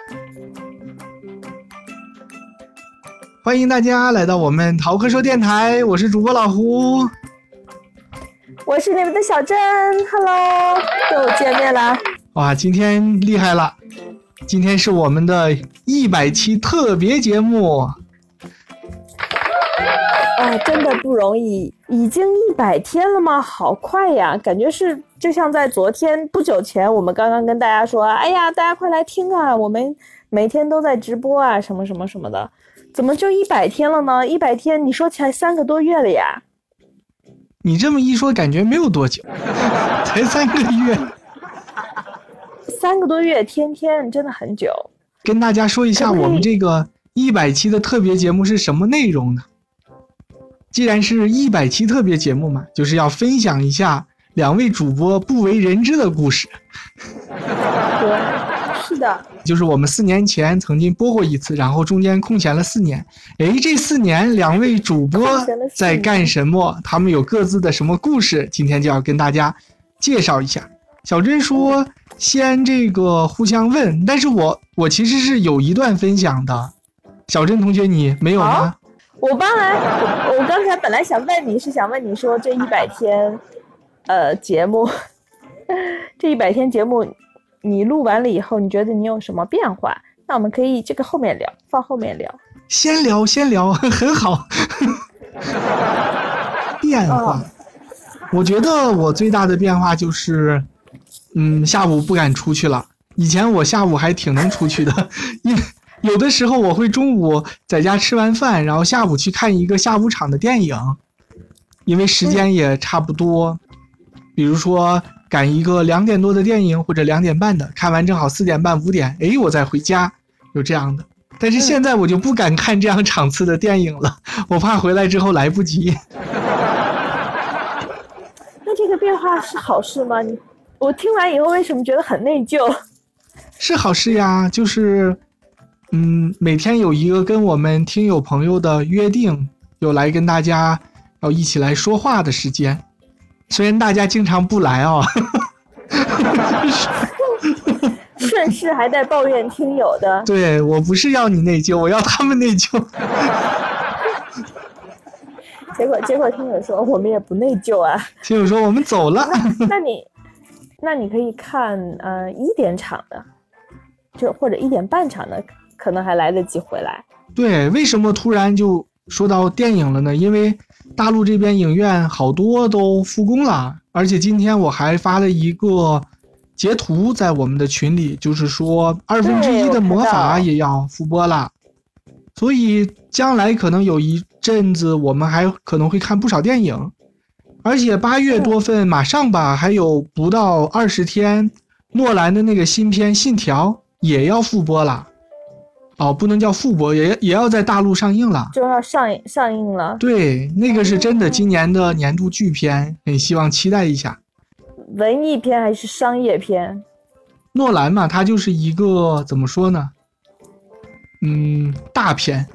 欢迎大家来到我们逃课说电台，我是主播老胡， 我是你们的小郑 ，Hello， 又见面了。 哇，今天厉害了，今天是我们的100期特别节目。 真的不容易，已经100天了吗？好快呀，感觉是就像在昨天不久前，我们刚刚跟大家说，哎呀，大家快来听啊，我们每天都在直播啊，什么什么什么的，怎么就100天了呢？100天，你说起来3个多月了呀。 你这么一说，感觉没有多久，才3个月。 3个多月，天天真的很久。 跟大家说一下，我们这个100期的特别节目是什么内容呢？既然是100期特别节目嘛，就是要分享一下2位主播不为人知的故事。 对，是的， 就是我们4年前曾经播过一次，然后中间空闲了4年。这4年2位主播在干什么？他们有各自的什么故事？今天就要跟大家介绍一下。小珍说先这个互相问，但是我其实是有一段分享的。小珍同学你没有吗？ 我刚才本来想问你，是想问你说这100天节目这100天节目你录完了以后，你觉得你有什么变化？那我们可以这个后面聊，放后面聊。 先聊很好。变化，我觉得我最大的变化就是下午不敢出去了。以前我下午还挺能出去的，因为有的时候我会中午在家吃完饭，然后下午去看一个下午场的电影，因为时间也差不多，比如说赶一个2点多的电影或者2点半的，看完正好4点半5点，我再回家，有这样的。但是现在我就不敢看这样场次的电影了，我怕回来之后来不及。 那这个变化是好事吗？我听完以后为什么觉得很内疚？ 是好事呀，就是每天有一个跟我们听友朋友的约定，有来跟大家要一起来说话的时间，虽然大家经常不来啊。 顺势还带抱怨听友的。 对，我不是要你内疚，我要他们内疚。 结果听友说我们也不内疚啊。 听友说我们走了。 那你可以看1点场的，就或者1点半场的，可能还来得及回来。 对，为什么突然就说到电影了呢？因为大陆这边影院好多都复工了，而且今天我还发了一个截图在我们的群里，就是说1/2的魔法也要复播了，所以将来可能有一阵子我们还可能会看不少电影。而且8月多份马上吧，还有不到20天，诺兰的那个新片《信条》也要复播了。不能叫复播，也要在大陆上映了， 就要上映了。 对，那个是真的今年的年度巨片，很希望期待一下。 文艺片还是商业片？ 诺兰嘛，他就是一个怎么说呢？大片。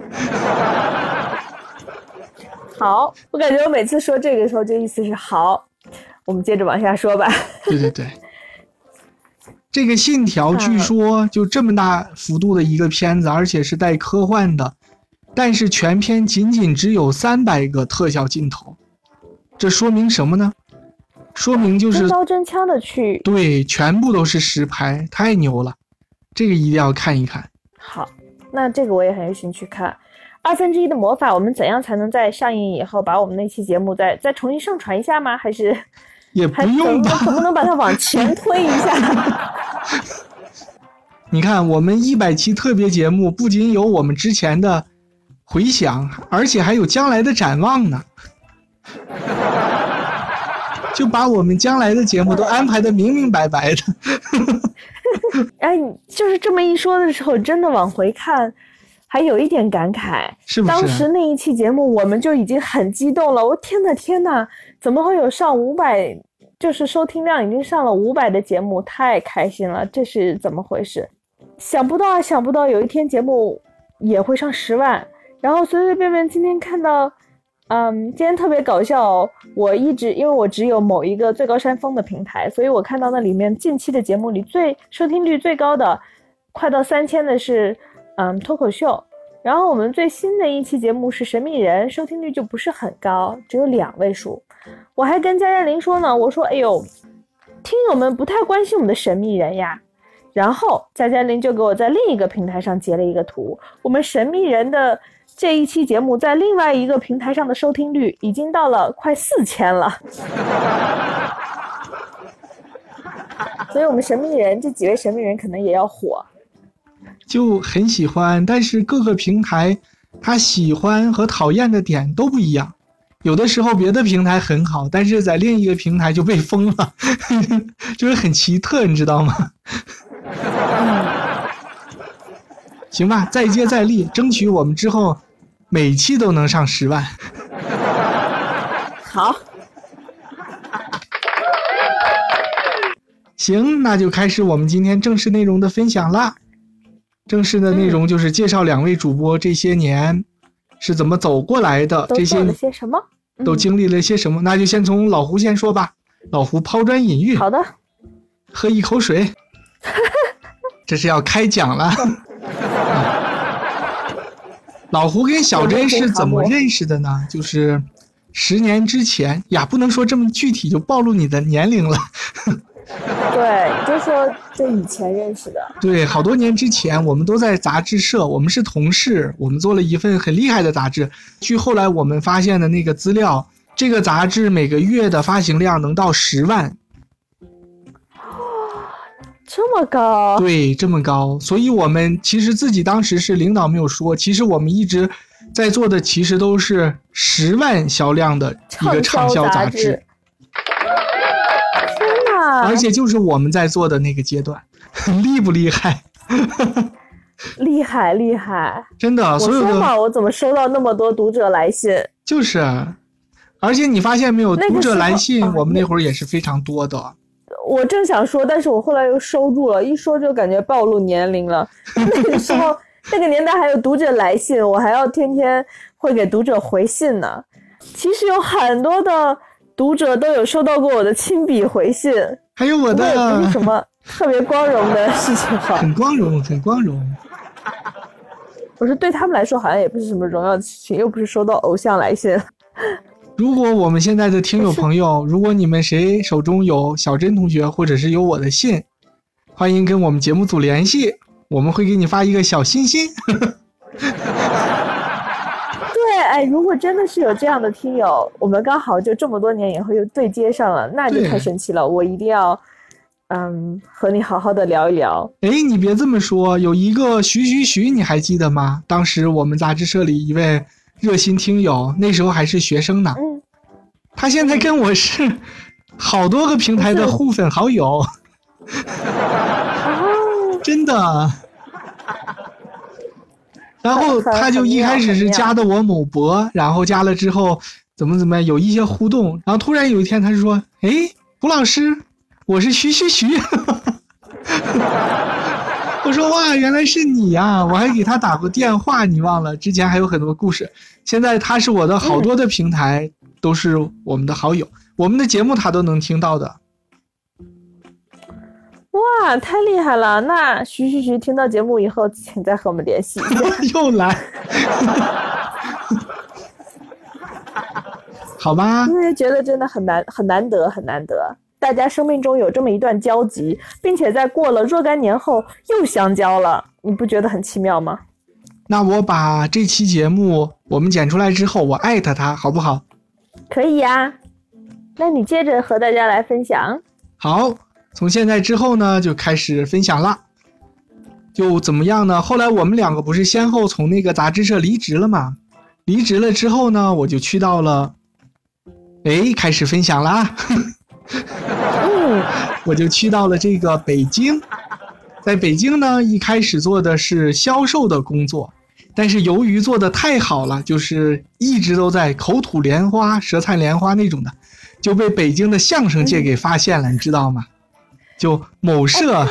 好，我感觉我每次说这个时候，就意思是好，我们接着往下说吧。 对，这个信条据说就这么大幅度的一个片子，而且是带科幻的，但是全片仅仅只有300个特效镜头，这说明什么呢？说明就是真刀真枪的去， 对，全部都是实拍，太牛了，这个一定要看一看。 好，那这个我也很有兴趣看。1/2的魔法，我们怎样才能在上映以后把我们那期节目再重新上传一下吗？还是也不用吧？ 可不能把它往前推一下？ 你看，我们100期特别节目不仅有我们之前的回响，而且还有将来的展望呢。就把我们将来的节目都安排得明明白白的。 就是这么一说的时候，真的往回看还有一点感慨， 是不是？ 当时那一期节目我们就已经很激动了，我天哪，怎么会有上500，就是收听量已经上了500的节目，太开心了，这是怎么回事？想不到有一天节目也会上10万，然后随随便便今天看到今天特别搞笑，因为我只有某一个最高山峰的平台，所以我看到那里面近期的节目里收听率最高的快到3000的是脱口秀，然后我们最新的一期节目是神秘人，收听率就不是很高，只有2位数。我还跟佳佳玲说呢，我说哎呦，听友们不太关心我们的神秘人呀。然后佳佳玲就给我在另一个平台上截了一个图，我们神秘人的这一期节目在另外一个平台上的收听率已经到了快4000了。所以我们神秘人这几位神秘人可能也要火， 就很喜欢，但是各个平台他喜欢和讨厌的点都不一样。有的时候别的平台很好，但是在另一个平台就被封了，就是很奇特，你知道吗？行吧，再接再厉，争取我们之后每期都能上10万。 好， 行，那就开始我们今天正式内容的分享啦。正式的内容就是介绍2位主播这些年是怎么走过来的， 都做了些什么， 都经历了些什么。那就先从老胡先说吧。老胡抛砖引玉。 好的， 喝一口水。这是要开讲了。老胡跟小珍是怎么认识的呢？就是10年之前呀，不能说这么具体就暴露你的年龄了。 对，就说就以前认识的。 对，好多年之前我们都在杂志社，我们是同事，我们做了一份很厉害的杂志。据后来我们发现的那个资料，这个杂志每个月的发行量能到10万。 这么高？ 对，这么高。所以我们其实自己当时是领导没有说，其实我们一直在做的其实都是10万销量的一个畅销杂志。 天哪！ 而且就是我们在做的那个阶段，厉不厉害？ 厉害厉害！ 真的，所有的我说嘛，我怎么收到那么多读者来信？ 就是，而且你发现没有，读者来信我们那会儿也是非常多的。 我正想说，但是我后来又收住了，一说就感觉暴露年龄了。那个时候，那个年代还有读者来信，我还要天天会给读者回信呢。其实有很多的读者都有收到过我的亲笔回信， 还有我的， 也不是什么特别光荣的事情哈。 很光荣，很光荣。 我说对他们来说好像也不是什么荣耀的事情，又不是收到偶像来信。 如果我们现在的听友朋友，如果你们谁手中有小珍同学或者是有我的信，欢迎跟我们节目组联系，我们会给你发一个小心心。 对，哎，如果真的是有这样的听友，我们刚好就这么多年以后又对接上了，那就太神奇了，我一定要和你好好的聊一聊。 哎，你别这么说，有一个徐你还记得吗？当时我们杂志社里一位热心听友，那时候还是学生呢。他现在跟我是好多个平台的互粉好友。真的。然后他就一开始是加的我某博，然后加了之后怎么有一些互动，然后突然有一天他就说，哎，胡老师，我是徐。我说哇，原来是你呀！我还给他打过电话，你忘了？之前还有很多故事。现在他是我的好多的平台，都是我们的好友，我们的节目他都能听到的。 哇，太厉害了！那徐听到节目以后，请再和我们联系。 又来。好吧。 因为觉得真的很难得。大家生命中有这么一段交集，并且在过了若干年后又相交了，你不觉得很奇妙吗？ 那我把这期节目我们剪出来之后，我艾特他好不好？ 可以呀。那你接着和大家来分享。 好，从现在之后呢，就开始分享了。就怎么样呢？后来我们2个不是先后从那个杂志社离职了吗？离职了之后呢，我就去到了，开始分享啦。我就去到了这个北京。在北京呢，一开始做的是销售的工作，但是由于做的太好了，就是一直都在口吐莲花、舌灿莲花那种的，就被北京的相声界给发现了，你知道吗？就某社。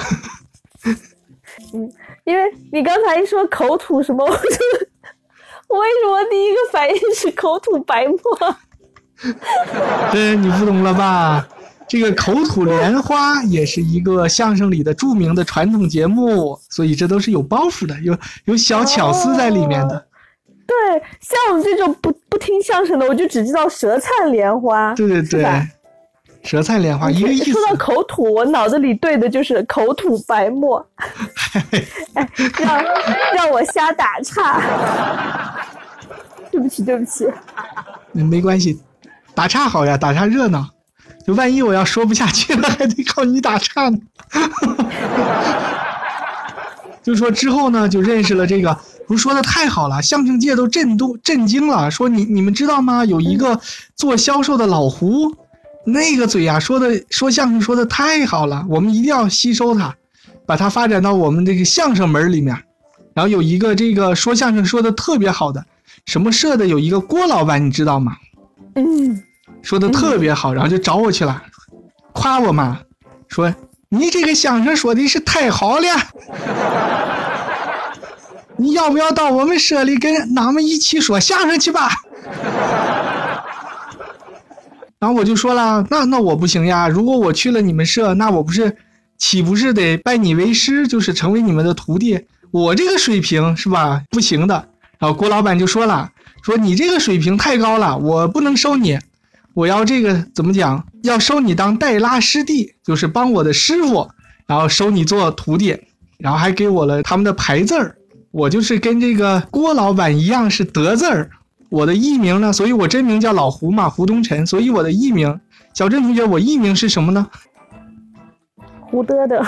因为你刚才一说口吐什么，我为什么第一个反应是口吐白沫？ 你不懂了吧？ 这个口吐莲花也是一个相声里的著名的传统节目，所以这都是有包袱的，有小巧思在里面的。 对，像我们这种不听相声的，我就只知道舌灿莲花。 对对对，舌灿莲花一个意思。 说到口吐，我脑子里对的就是口吐白沫。哎，让我瞎打岔。对不起。 没关系，打岔好呀，打岔热闹。就万一我要说不下去了，还得靠你打岔呢。就说之后呢，就认识了这个，不是说的太好了，相声界都震惊了，说你们知道吗？有一个做销售的老胡，那个嘴啊，说相声说的太好了，我们一定要吸收他，把他发展到我们这个相声门里面。然后有一个这个说相声说的特别好的，什么社的有一个郭老板，你知道吗？说的特别好，然后就找我去了，夸我嘛，说你这个相声说的是太好了，你要不要到我们社里跟俺们一起说相声去吧？然后我就说了，那我不行呀，如果我去了你们社，那我岂不是得拜你为师，就是成为你们的徒弟？我这个水平是吧，不行的。然后郭老板就说了，说你这个水平太高了，我不能收你，我要这个怎么讲，要收你当代拉师弟，就是帮我的师傅，然后收你做徒弟，然后还给我了他们的牌字儿。我就是跟这个郭老板一样是德字儿，我的艺名呢，所以我真名叫老胡嘛，胡东辰，所以我的艺名，小郑同学，我艺名是什么呢？ 胡嘚嘚。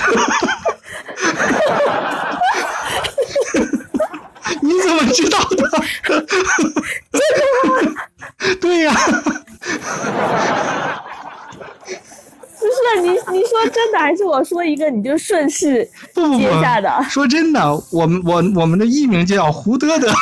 你怎么知道的？ 真的吗？ 对呀。 不是你说真的还是我说一个你就顺势接下的？ 不，说真的，我们的艺名叫胡嘚嘚。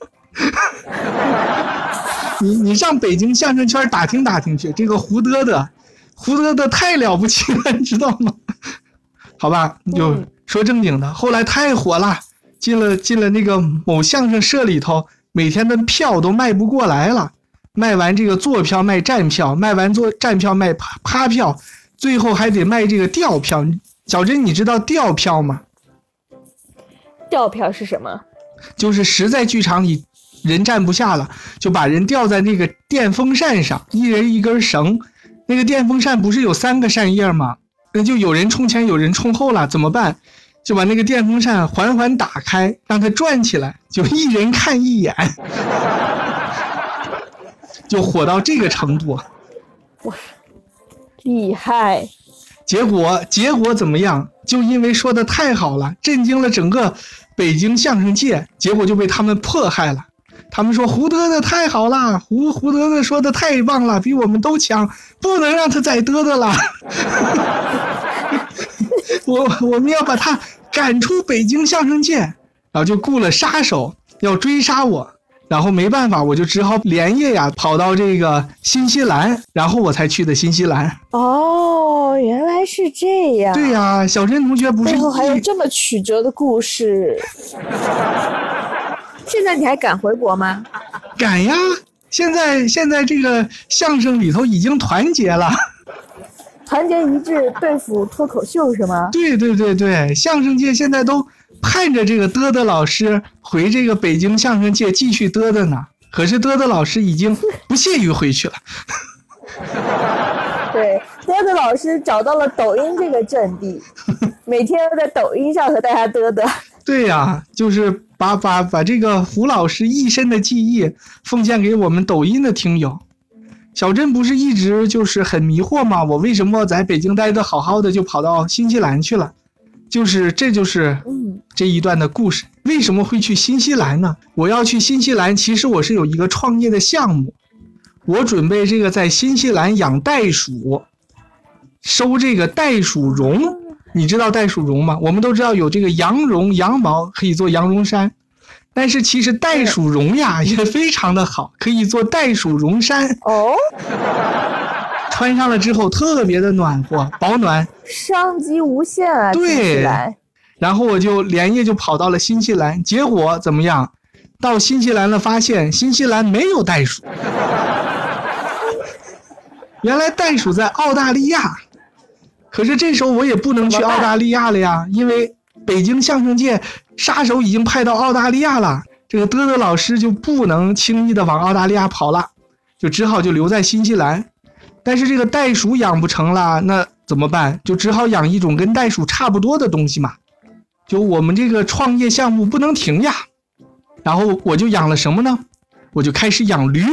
你上北京相声圈打听打听去，这个胡嘚嘚太了不起了，你知道吗？好吧，你就说正经的，后来太火了，进了那个某相声社里头，每天的票都卖不过来了，卖完这个坐票卖站票，卖完站票卖趴票，最后还得卖这个吊票。小珍，你知道吊票吗？ 吊票是什么？ 就是实在剧场里人站不下了，就把人吊在那个电风扇上，一人一根绳，那个电风扇不是有3个扇叶吗？那就有人冲前有人冲后了，怎么办？就把那个电风扇缓缓打开，让它转起来，就一人看一眼。就火到这个程度。 哇，厉害。 结果怎么样？就因为说的太好了，震惊了整个北京相声界，结果就被他们迫害了。他们说胡嘚嘚太好了，胡嘚嘚说的太棒了，比我们都强，不能让他再嘚嘚了。我们要把他赶出北京相声界，然后就雇了杀手要追杀我，然后没办法，我就只好连夜呀跑到这个新西兰，然后我才去的新西兰。 哦，原来是这样。 对呀，小珍同学不是背后还有这么曲折的故事。现在你还敢回国吗？ 敢呀！现在这个相声里头已经团结了， 团结一致对付脱口秀是吗？ 对，相声界现在都盼着这个嘚嘚老师回这个北京相声界继续嘚嘚呢。可是嘚嘚老师已经不屑于回去了。 对，嘚嘚老师找到了抖音这个阵地，每天在抖音上和大家嘚嘚。 对呀，就是把这个胡老师一身的技艺奉献给我们抖音的听友。小珍不是一直就是很迷惑吗？我为什么在北京待得好好的就跑到新西兰去了？这就是这一段的故事。为什么会去新西兰呢？我要去新西兰，其实我是有一个创业的项目，我准备这个在新西兰养袋鼠，收这个袋鼠绒。你知道袋鼠绒吗？我们都知道有这个羊绒、羊毛可以做羊绒衫，但是其实袋鼠绒呀也非常的好，可以做袋鼠绒衫。 哦， 穿上了之后特别的暖和，保暖， 商机无限啊！ 对。然后我就连夜就跑到了新西兰，结果怎么样？到新西兰了，发现新西兰没有袋鼠。 原来袋鼠在澳大利亚。可是这时候我也不能去澳大利亚了呀，因为北京相声界杀手已经派到澳大利亚了，这个嘚嘚老师就不能轻易的往澳大利亚跑了，就只好就留在新西兰。但是这个袋鼠养不成了，那怎么办？就只好养一种跟袋鼠差不多的东西嘛。就我们这个创业项目不能停呀。然后我就养了什么呢？我就开始养驴，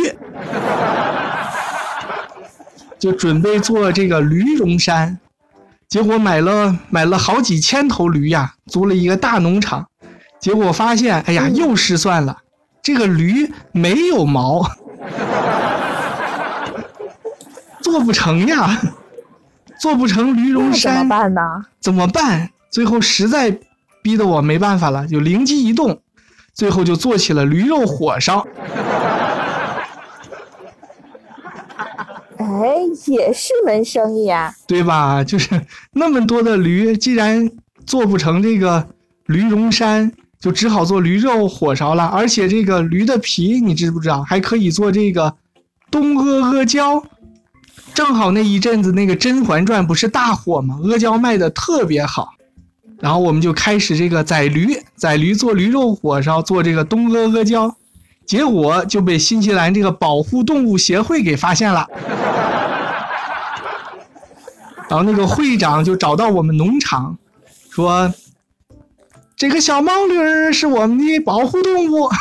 就准备做这个驴绒衫。结果买了好几千头驴呀，租了一个大农场。结果发现，哎呀，又失算了，这个驴没有毛，做不成呀，做不成驴绒衫， 怎么办呢？ 怎么办？最后实在逼得我没办法了，就灵机一动，最后就做起了驴肉火烧。 哎，也是门生意啊， 对吧？就是那么多的驴，既然做不成这个驴绒衫，就只好做驴肉火烧了。而且这个驴的皮，你知不知道还可以做这个东阿胶？正好那一阵子那个《甄嬛传》不是大火吗？阿胶卖的特别好，然后我们就开始这个宰驴做驴肉火烧，做这个东阿胶。结果就被新西兰这个保护动物协会给发现了，然后那个会长就找到我们农场，说这个小毛驴是我们的保护动物。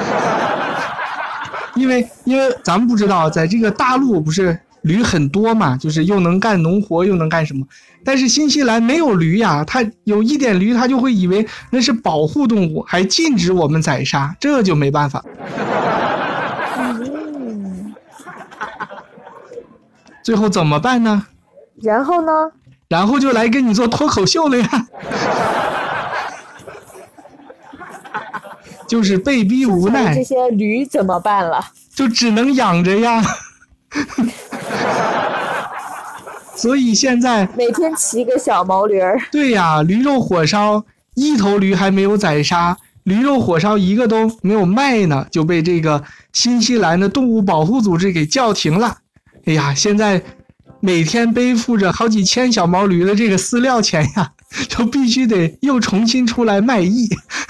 因为咱们不知道，在这个大陆不是驴很多嘛，就是又能干农活又能干什么，但是新西兰没有驴呀，它有一点驴，它就会以为那是保护动物，还禁止我们宰杀，这就没办法。最后怎么办呢？ 然后呢？ 然后就来跟你做脱口秀了呀。就是被逼无奈， 这些驴怎么办了？ 就只能养着呀。所以现在每天骑个小毛驴儿。 对呀，驴肉火烧一头驴还没有宰杀，驴肉火烧一个都没有卖呢，就被这个新西兰的动物保护组织给叫停了。哎呀，现在每天背负着好几千小毛驴的这个饲料钱呀，就必须得又重新出来卖艺。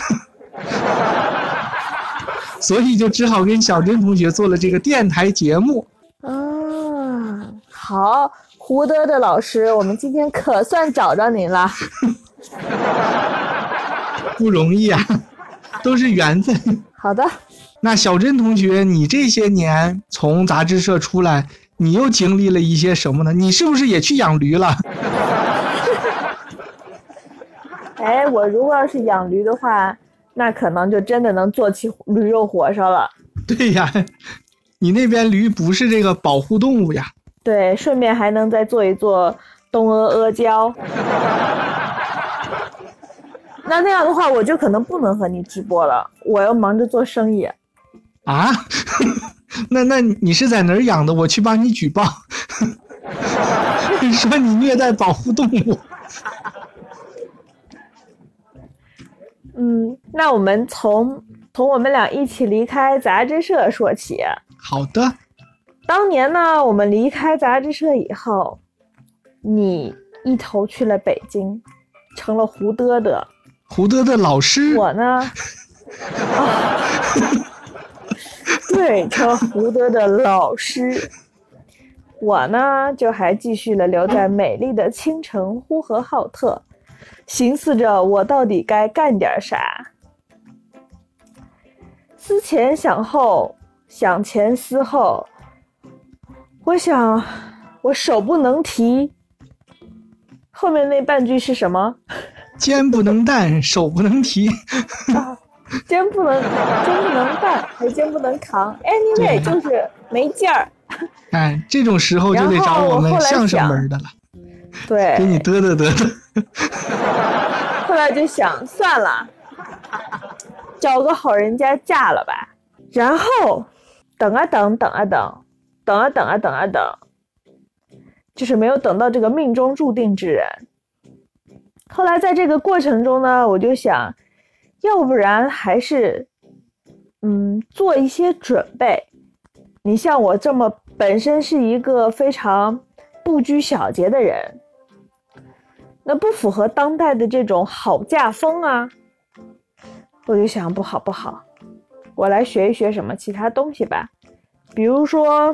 所以就只好跟小珍同学做了这个电台节目。 好，胡嘚嘚老师，我们今天可算找着您了。 不容易啊，都是缘分。 好的。 那小珍同学，你这些年从杂志社出来，你又经历了一些什么呢？你是不是也去养驴了？ 哎，我如果要是养驴的话，那可能就真的能做起驴肉火烧了。 对呀，你那边驴不是这个保护动物呀。 对，顺便还能再做一做东阿胶。那样的话，我就可能不能和你直播了，我要忙着做生意。 啊？那你是在哪儿养的？我去帮你举报。说你虐待保护动物。 那我们从我们俩一起离开杂志社说起。 好的。 当年呢，我们离开杂志社以后，你一头去了北京，成了胡嘚嘚。 胡嘚嘚老师。 我呢？对，成胡嘚嘚老师。我呢，就还继续了留在美丽的青城呼和浩特，寻思着我到底该干点啥。思前想后，想前思后，我想我手不能提。后面那半句是什么？ 肩不能担，手不能提。 肩不能担，还肩不能扛。Anyway， 就是没劲儿。 哎，这种时候就得找我们相声门的了。 对， 给你嘚嘚嘚嘚。 后来就想算了，找个好人家嫁了吧。然后等啊等，等啊等，等啊等啊等啊等，就是没有等到这个命中注定之人。后来在这个过程中呢，我就想，要不然还是做一些准备。你像我这么本身是一个非常不拘小节的人，那不符合当代的这种好嫁风啊。我就想不好，我来学一学什么其他东西吧，比如说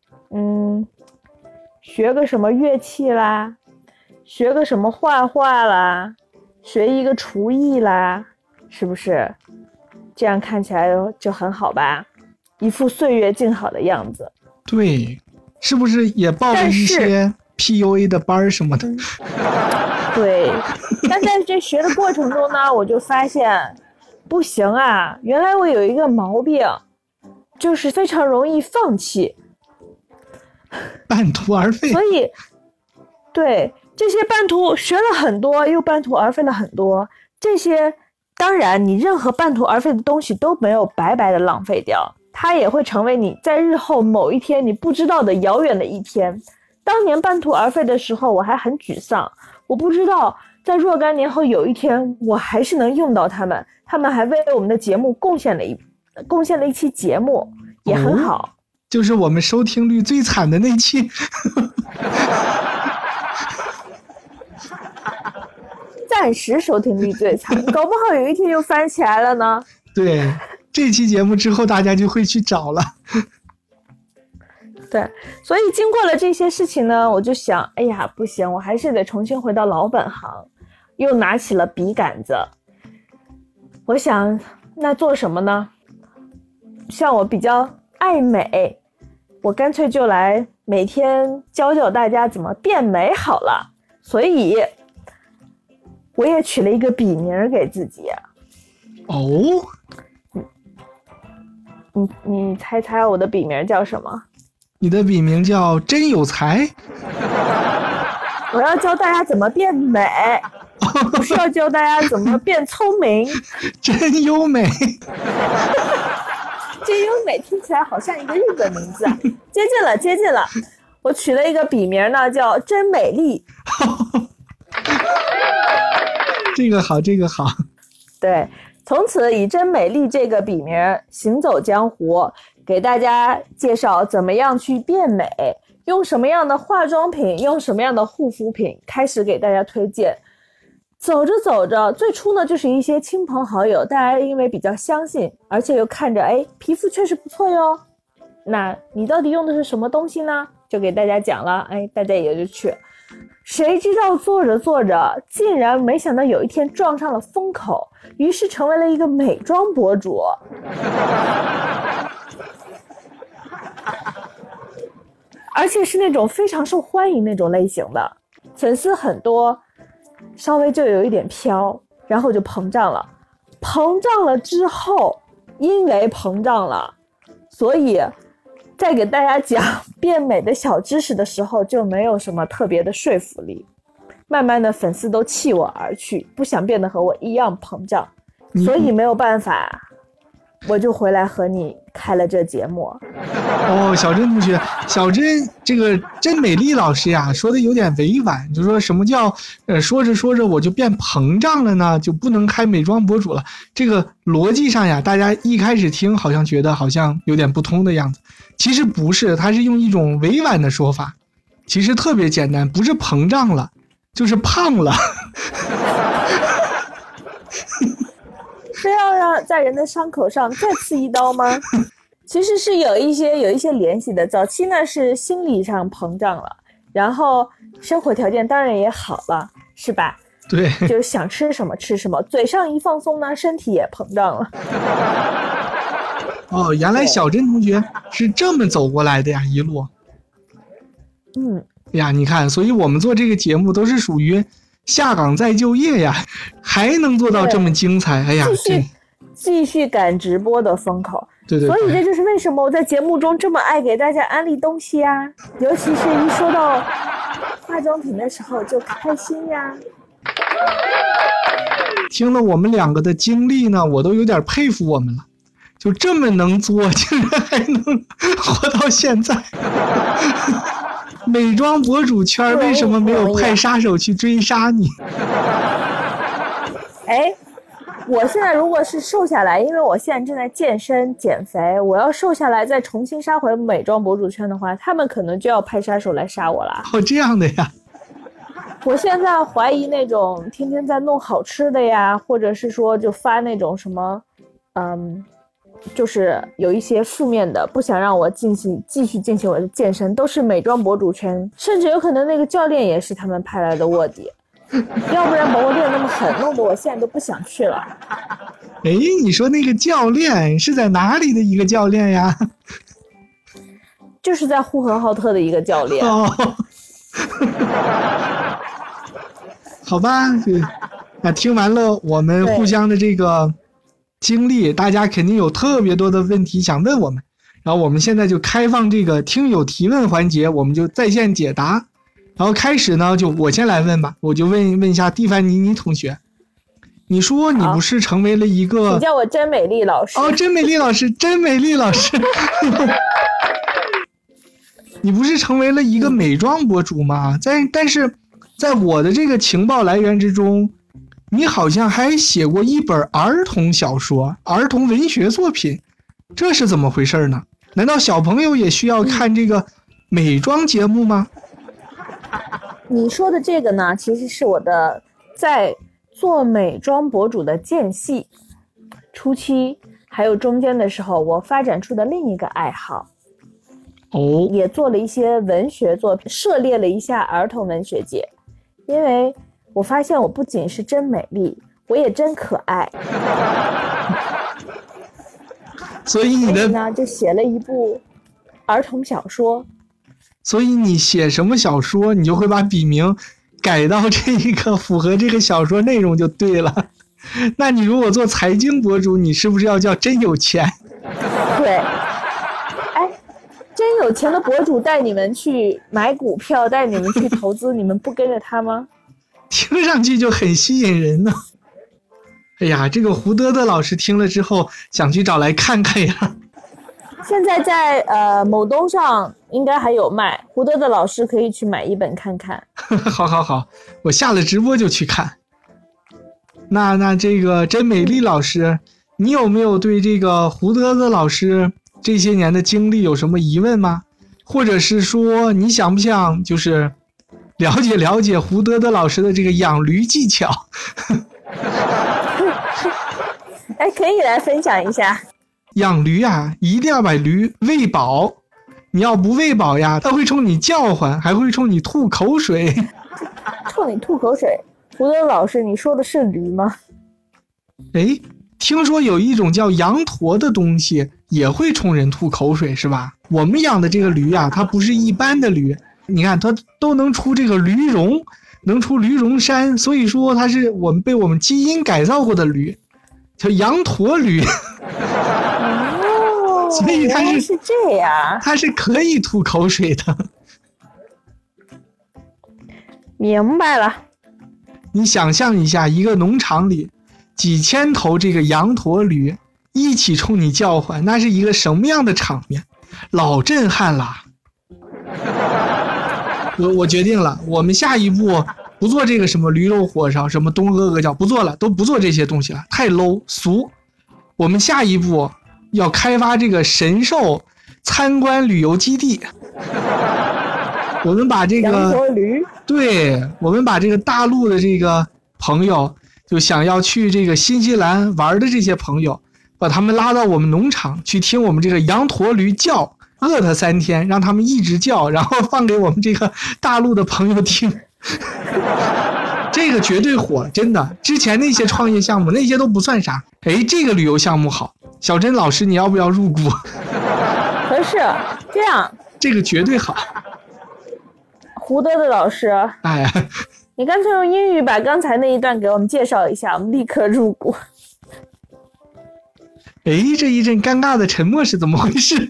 学个什么乐器啦，学个什么画画啦，学一个厨艺啦，是不是这样看起来就很好吧，一副岁月静好的样子。 对，是不是也报了一些 PUA 的班什么的？ 对，但在这学的过程中呢，我就发现不行啊，原来我有一个毛病，就是非常容易放弃， 半途而废。 所以对这些半途学了很多，又半途而废了很多，这些当然你任何半途而废的东西都没有白白的浪费掉，它也会成为你在日后某一天你不知道的遥远的一天。当年半途而废的时候我还很沮丧，我不知道在若干年后有一天我还是能用到他们，他们还为我们的节目贡献了一期节目，也很好。 就是我们收听率最惨的那期。 暂时收听率最惨，搞不好有一天又翻起来了呢。 对，这期节目之后大家就会去找了。 对，所以经过了这些事情呢，我就想，哎呀，不行，我还是得重新回到老本行，又拿起了笔杆子。我想，那做什么呢？像我比较爱美，我干脆就来每天教教大家怎么变美好了。所以我也取了一个笔名给自己。 哦， 你猜猜我的笔名叫什么？ 你的笔名叫真有才。 我要教大家怎么变美，不是要教大家怎么变聪明。 真优美。 真优美听起来好像一个日本名字啊。接近了，我取了一个笔名呢，叫真美丽。 这个好。 对，从此以真美丽这个笔名行走江湖，给大家介绍怎么样去变美，用什么样的化妆品，用什么样的护肤品，开始给大家推荐。走着，最初呢就是一些亲朋好友，大家因为比较相信，而且又看着皮肤确实不错哟，那你到底用的是什么东西呢？就给大家讲了，大家也就去。谁知道做着竟然没想到有一天撞上了风口，于是成为了一个美妆博主。而且是那种非常受欢迎那种类型的，粉丝很多，稍微就有一点飘，然后就膨胀了。膨胀了之后，因为膨胀了，所以在给大家讲变美的小知识的时候就没有什么特别的说服力，慢慢的粉丝都弃我而去，不想变得和我一样膨胀，所以没有办法，我就回来和你开了这节目。 哦，小珍同学，小珍这个真美丽老师呀，说的有点委婉，就说什么叫说着我就变膨胀了呢，就不能开美妆博主了。这个逻辑上呀，大家一开始听好像觉得好像有点不通的样子，其实不是，他是用一种委婉的说法，其实特别简单，不是膨胀了，就是胖了。 非要让在人的伤口上再刺一刀吗？其实是有一些联系的。早期呢是心理上膨胀了，然后生活条件当然也好了，是吧？ 对， 就是想吃什么吃什么，嘴上一放松呢，身体也膨胀了。 哦，原来小珍同学是这么走过来的呀，一路。呀，你看，所以我们做这个节目都是属于下岗再就业呀，还能做到这么精彩，哎呀， 继续赶直播的风口。 对， 所以这就是为什么我在节目中这么爱给大家安利东西呀，尤其是一说到化妆品的时候就开心呀。 听了我们两个的经历呢，我都有点佩服我们了，就这么能做，竟然还能活到现在。美妆博主圈为什么没有派杀手去追杀你？ 我现在如果是瘦下来，因为我现在正在健身减肥，我要瘦下来再重新杀回美妆博主圈的话，他们可能就要派杀手来杀我了。 哦，这样的呀。 我现在怀疑那种天天在弄好吃的呀，或者是说就发那种什么，就是有一些负面的，不想让我继续进行我的健身，都是美妆博主圈，甚至有可能那个教练也是他们派来的卧底，要不然把我练那么狠，弄得我现在都不想去了。 哎，你说那个教练是在哪里的一个教练呀？ 就是在呼和浩特的一个教练。 哦，好吧，那听完了我们互相的这个经历，大家肯定有特别多的问题想问我们，然后我们现在就开放这个听友提问环节，我们就在线解答。然后开始呢，就我先来问吧，我就问一下蒂凡尼同学，你说你不是成为了一个， 你叫我真美丽老师。 哦，真美丽老师，真美丽老师。你不是成为了一个美妆博主吗？但是在我的这个情报来源之中，你好像还写过一本儿童小说、儿童文学作品，这是怎么回事呢？难道小朋友也需要看这个美妆节目吗？ 你说的这个呢，其实是我的在做美妆博主的间隙、初期还有中间的时候，我发展出的另一个爱好。 哦， 也做了一些文学作品，涉猎了一下儿童文学界，因为我发现我不仅是真美丽，我也真可爱。 所以你的呢，就写了一部儿童小说。 所以你写什么小说，你就会把笔名改到这个符合这个小说内容就对了。那你如果做财经博主，你是不是要叫真有钱？ 对。真有钱的博主带你们去买股票，带你们去投资，你们不跟着他吗？ 听上去就很吸引人呢。哎呀，这个胡德德老师听了之后想去找来看看呀。 现在在某东上应该还有卖，胡德德老师可以去买一本看看。 好，我下了直播就去看。那这个真美丽老师，你有没有对这个胡德德老师这些年的经历有什么疑问吗？或者是说你想不想就是了解胡德德老师的这个养驴技巧？ 哎，可以来分享一下。 养驴啊，一定要把驴喂饱，你要不喂饱呀，它会冲你叫唤，还会冲你吐口水。 冲你吐口水？胡德老师，你说的是驴吗？ 哎，听说有一种叫羊驼的东西也会冲人吐口水，是吧？我们养的这个驴啊，它不是一般的驴，你看它都能出这个驴茸，能出驴茸山，所以说它是被我们基因改造过的驴，叫羊驼驴。 哦， 所以它是这样， 它是可以吐口水的。 明白了。 你想象一下，一个农场里几千头这个羊驼驴一起冲你叫唤，那是一个什么样的场面？老震撼了。我决定了，我们下一步不做这个什么驴肉火烧，什么东阿阿胶，不做了，都不做这些东西了，太 low 俗。我们下一步要开发这个神兽参观旅游基地。我们把这个羊驼驴， 对，我们把这个大陆的这个朋友，就想要去这个新西兰玩的这些朋友，把他们拉到我们农场去听我们这个羊驼驴叫，饿他3天，让他们一直叫，然后放给我们这个大陆的朋友听。这个绝对火，真的。之前那些创业项目那些都不算啥，哎，这个旅游项目好，小珍老师你要不要入股？ 合适，这样这个绝对好。 胡德的老师， 哎， 你干脆用英语把刚才那一段给我们介绍一下，我们立刻入股。 哎，这一阵尴尬的沉默是怎么回事？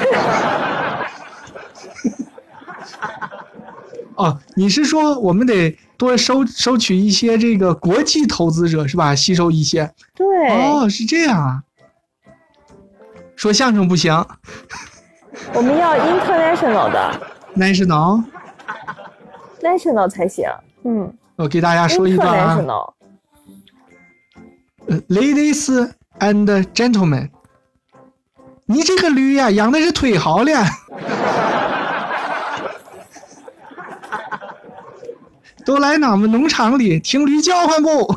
哦，你是说我们得多收取一些这个国际投资者是吧？吸收一些。 对。 哦，是这样啊。说相声不行。 我们要 international 的。 national 才行。 我给大家说一段啊。 Ladies and gentlemen， 你这个驴呀，养的是忒好了。都来俺们农场里听驴叫唤不？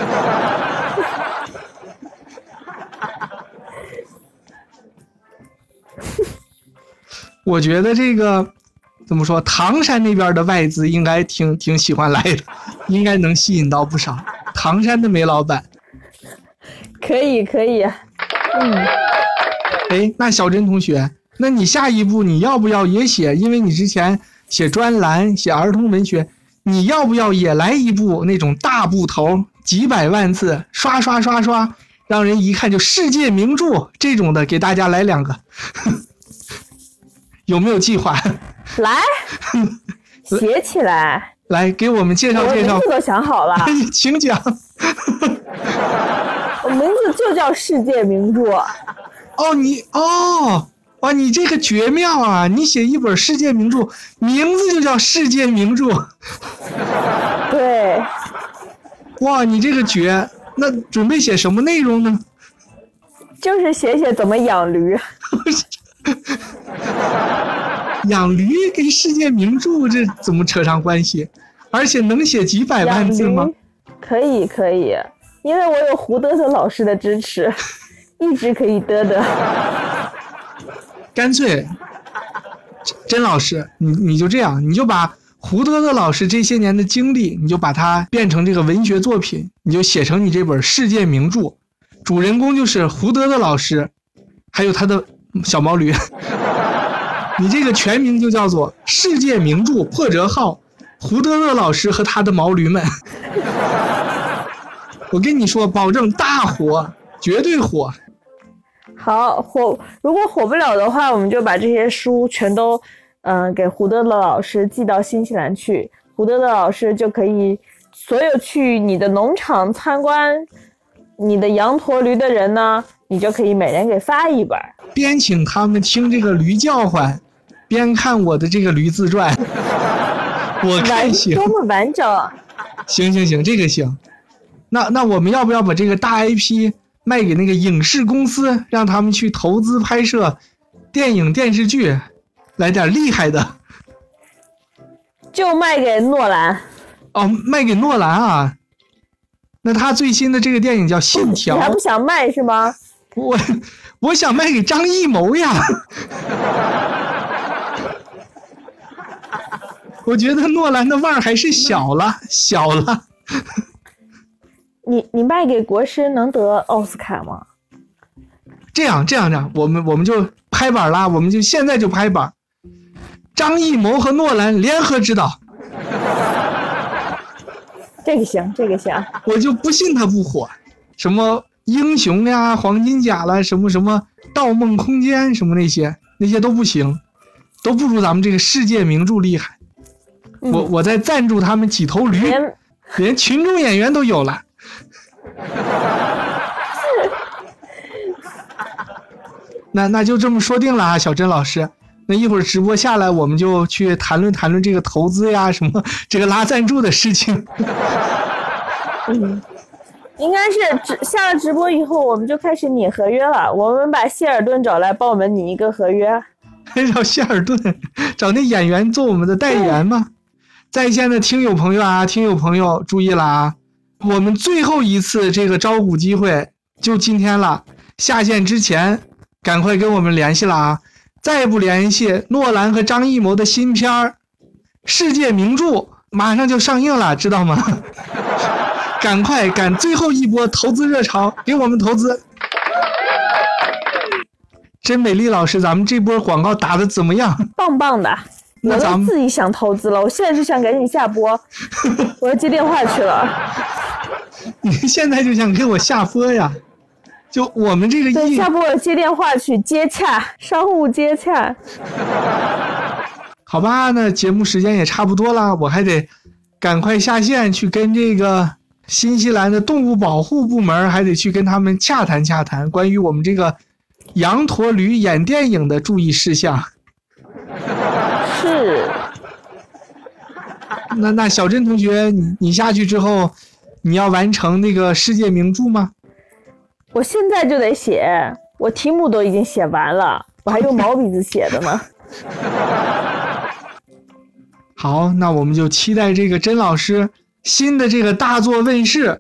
我觉得这个怎么说，唐山那边的外资应该挺喜欢来的，应该能吸引到不少唐山的煤老板。 可以。 哎，那小珍同学，那你下一步你要不要也写？因为你之前写专栏写儿童文学，你要不要也来一部那种大部头几百万字刷，让人一看就世界名著这种的，给大家来2个。有没有计划？ 来，写起来。 来给我们介绍。 我名字都想好了。 请讲。 我名字就叫世界名著。 你这个绝妙啊！你写一本世界名著，名字就叫世界名著。 对。 哇，你这个绝！那准备写什么内容呢？ 就是写怎么养驴。 养驴跟世界名著这怎么扯上关系？而且能写几百万字吗？ 可以，因为我有胡德德老师的支持，一直可以得。 干脆，甄老师，你就这样，你就把胡德德老师这些年的经历，你就把它变成这个文学作品，你就写成你这本世界名著，主人公就是胡德德老师，还有他的小毛驴。你这个全名就叫做世界名著破折号胡德勒老师和他的毛驴们。我跟你说，保证大火，绝对火。 好，如果火不了的话，我们就把这些书全都给胡德勒老师寄到新西兰去，胡德勒老师就可以所有去你的农场参观你的羊驼驴的人呢，你就可以每人给发一本， 边请他们听这个驴叫唤，边看我的这个驴自传。我看行， 多么完整。 行，这个行。那我们要不要把这个大 IP 卖给那个影视公司，让他们去投资拍摄电影电视剧，来点厉害的？ 就卖给诺兰。 哦，卖给诺兰啊？那他最新的这个电影叫《信条》。 你还不想卖是吗？ 我想卖给张艺谋呀。我觉得诺兰的腕儿还是小了。 你卖给国师能得奥斯卡吗？ 这样，我们就拍板啦，我们就现在就拍板，张艺谋和诺兰联合执导。 这个行。 我就不信他不火，什么英雄呀、黄金甲啦，什么盗梦空间什么那些都不行，都不如咱们这个世界名著厉害。我再赞助他们几头驴，连群众演员都有了。那就这么说定了啊，小甄老师。那一会儿直播下来，我们就去谈论这个投资呀，什么这个拉赞助的事情。 应该是下了直播以后，我们就开始拟合约了。我们把谢尔顿找来帮我们拟一个合约。 找谢尔顿，找那演员做我们的代言吗？在线的听友朋友注意了啊！我们最后一次这个招股机会就今天了，下线之前赶快跟我们联系了啊！再不联系，诺兰和张艺谋的新片儿世界名著马上就上映了，知道吗？赶最后一波投资热潮，给我们投资。真美丽老师，咱们这波广告打得怎么样？ 棒棒的。我都自己想投资了，我现在就想赶紧下播，我要接电话去了。 你现在就想给我下播呀？就我们这个对，下播接电话去接洽，商务接洽。 好吧，那节目时间也差不多了，我还得赶快下线去跟这个新西兰的动物保护部门，还得去跟他们洽谈关于我们这个羊驼驴演电影的注意事项。 是。 那小甄同学，你下去之后，你要完成那个世界名著吗？ 我现在就得写，我题目都已经写完了，我还用毛笔字写的呢。 好，那我们就期待这个甄老师新的这个大作问世。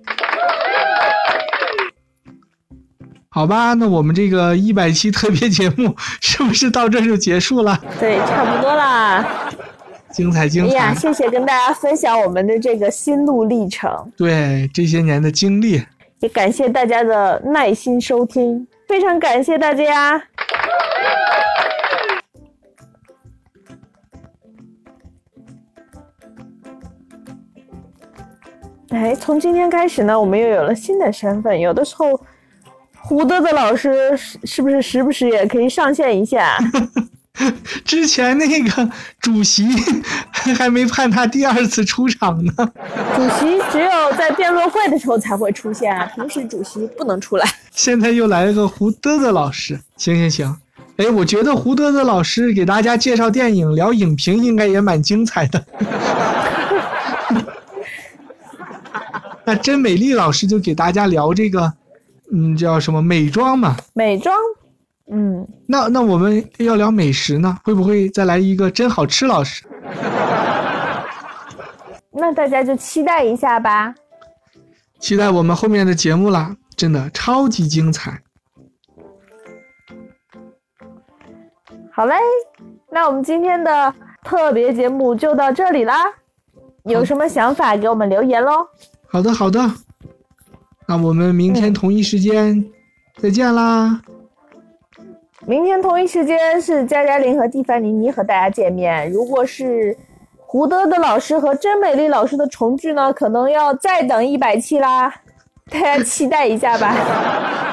好吧，那我们这个100期特别节目是不是到这就结束了？ 对，差不多啦。 精彩精彩！ 哎呀，谢谢跟大家分享我们的这个心路历程。 对，这些年的经历， 也感谢大家的耐心收听，非常感谢大家。哎，从今天开始呢，我们又有了新的身份，有的时候胡德的老师是不是时不时也可以上线一下？ 之前那个主席还没判他第2次出场呢。 主席只有在辩论会的时候才会出现啊，平时主席不能出来。 现在又来了个胡德的老师，行。哎，我觉得胡德的老师给大家介绍电影、聊影评应该也蛮精彩的。那甄美丽老师就给大家聊这个，叫什么美妆嘛？ 美妆， 那我们要聊美食呢，会不会再来一个真好吃老师？ 那大家就期待一下吧。 期待我们后面的节目啦，真的超级精彩。 好嘞，那我们今天的特别节目就到这里啦。有什么想法给我们留言咯。 好的，那我们明天同一时间再见啦。 明天同一时间是佳佳玲和蒂凡妮和大家见面。如果是胡德的老师和甄美丽老师的重聚呢，可能要再等100期啦，大家期待一下吧。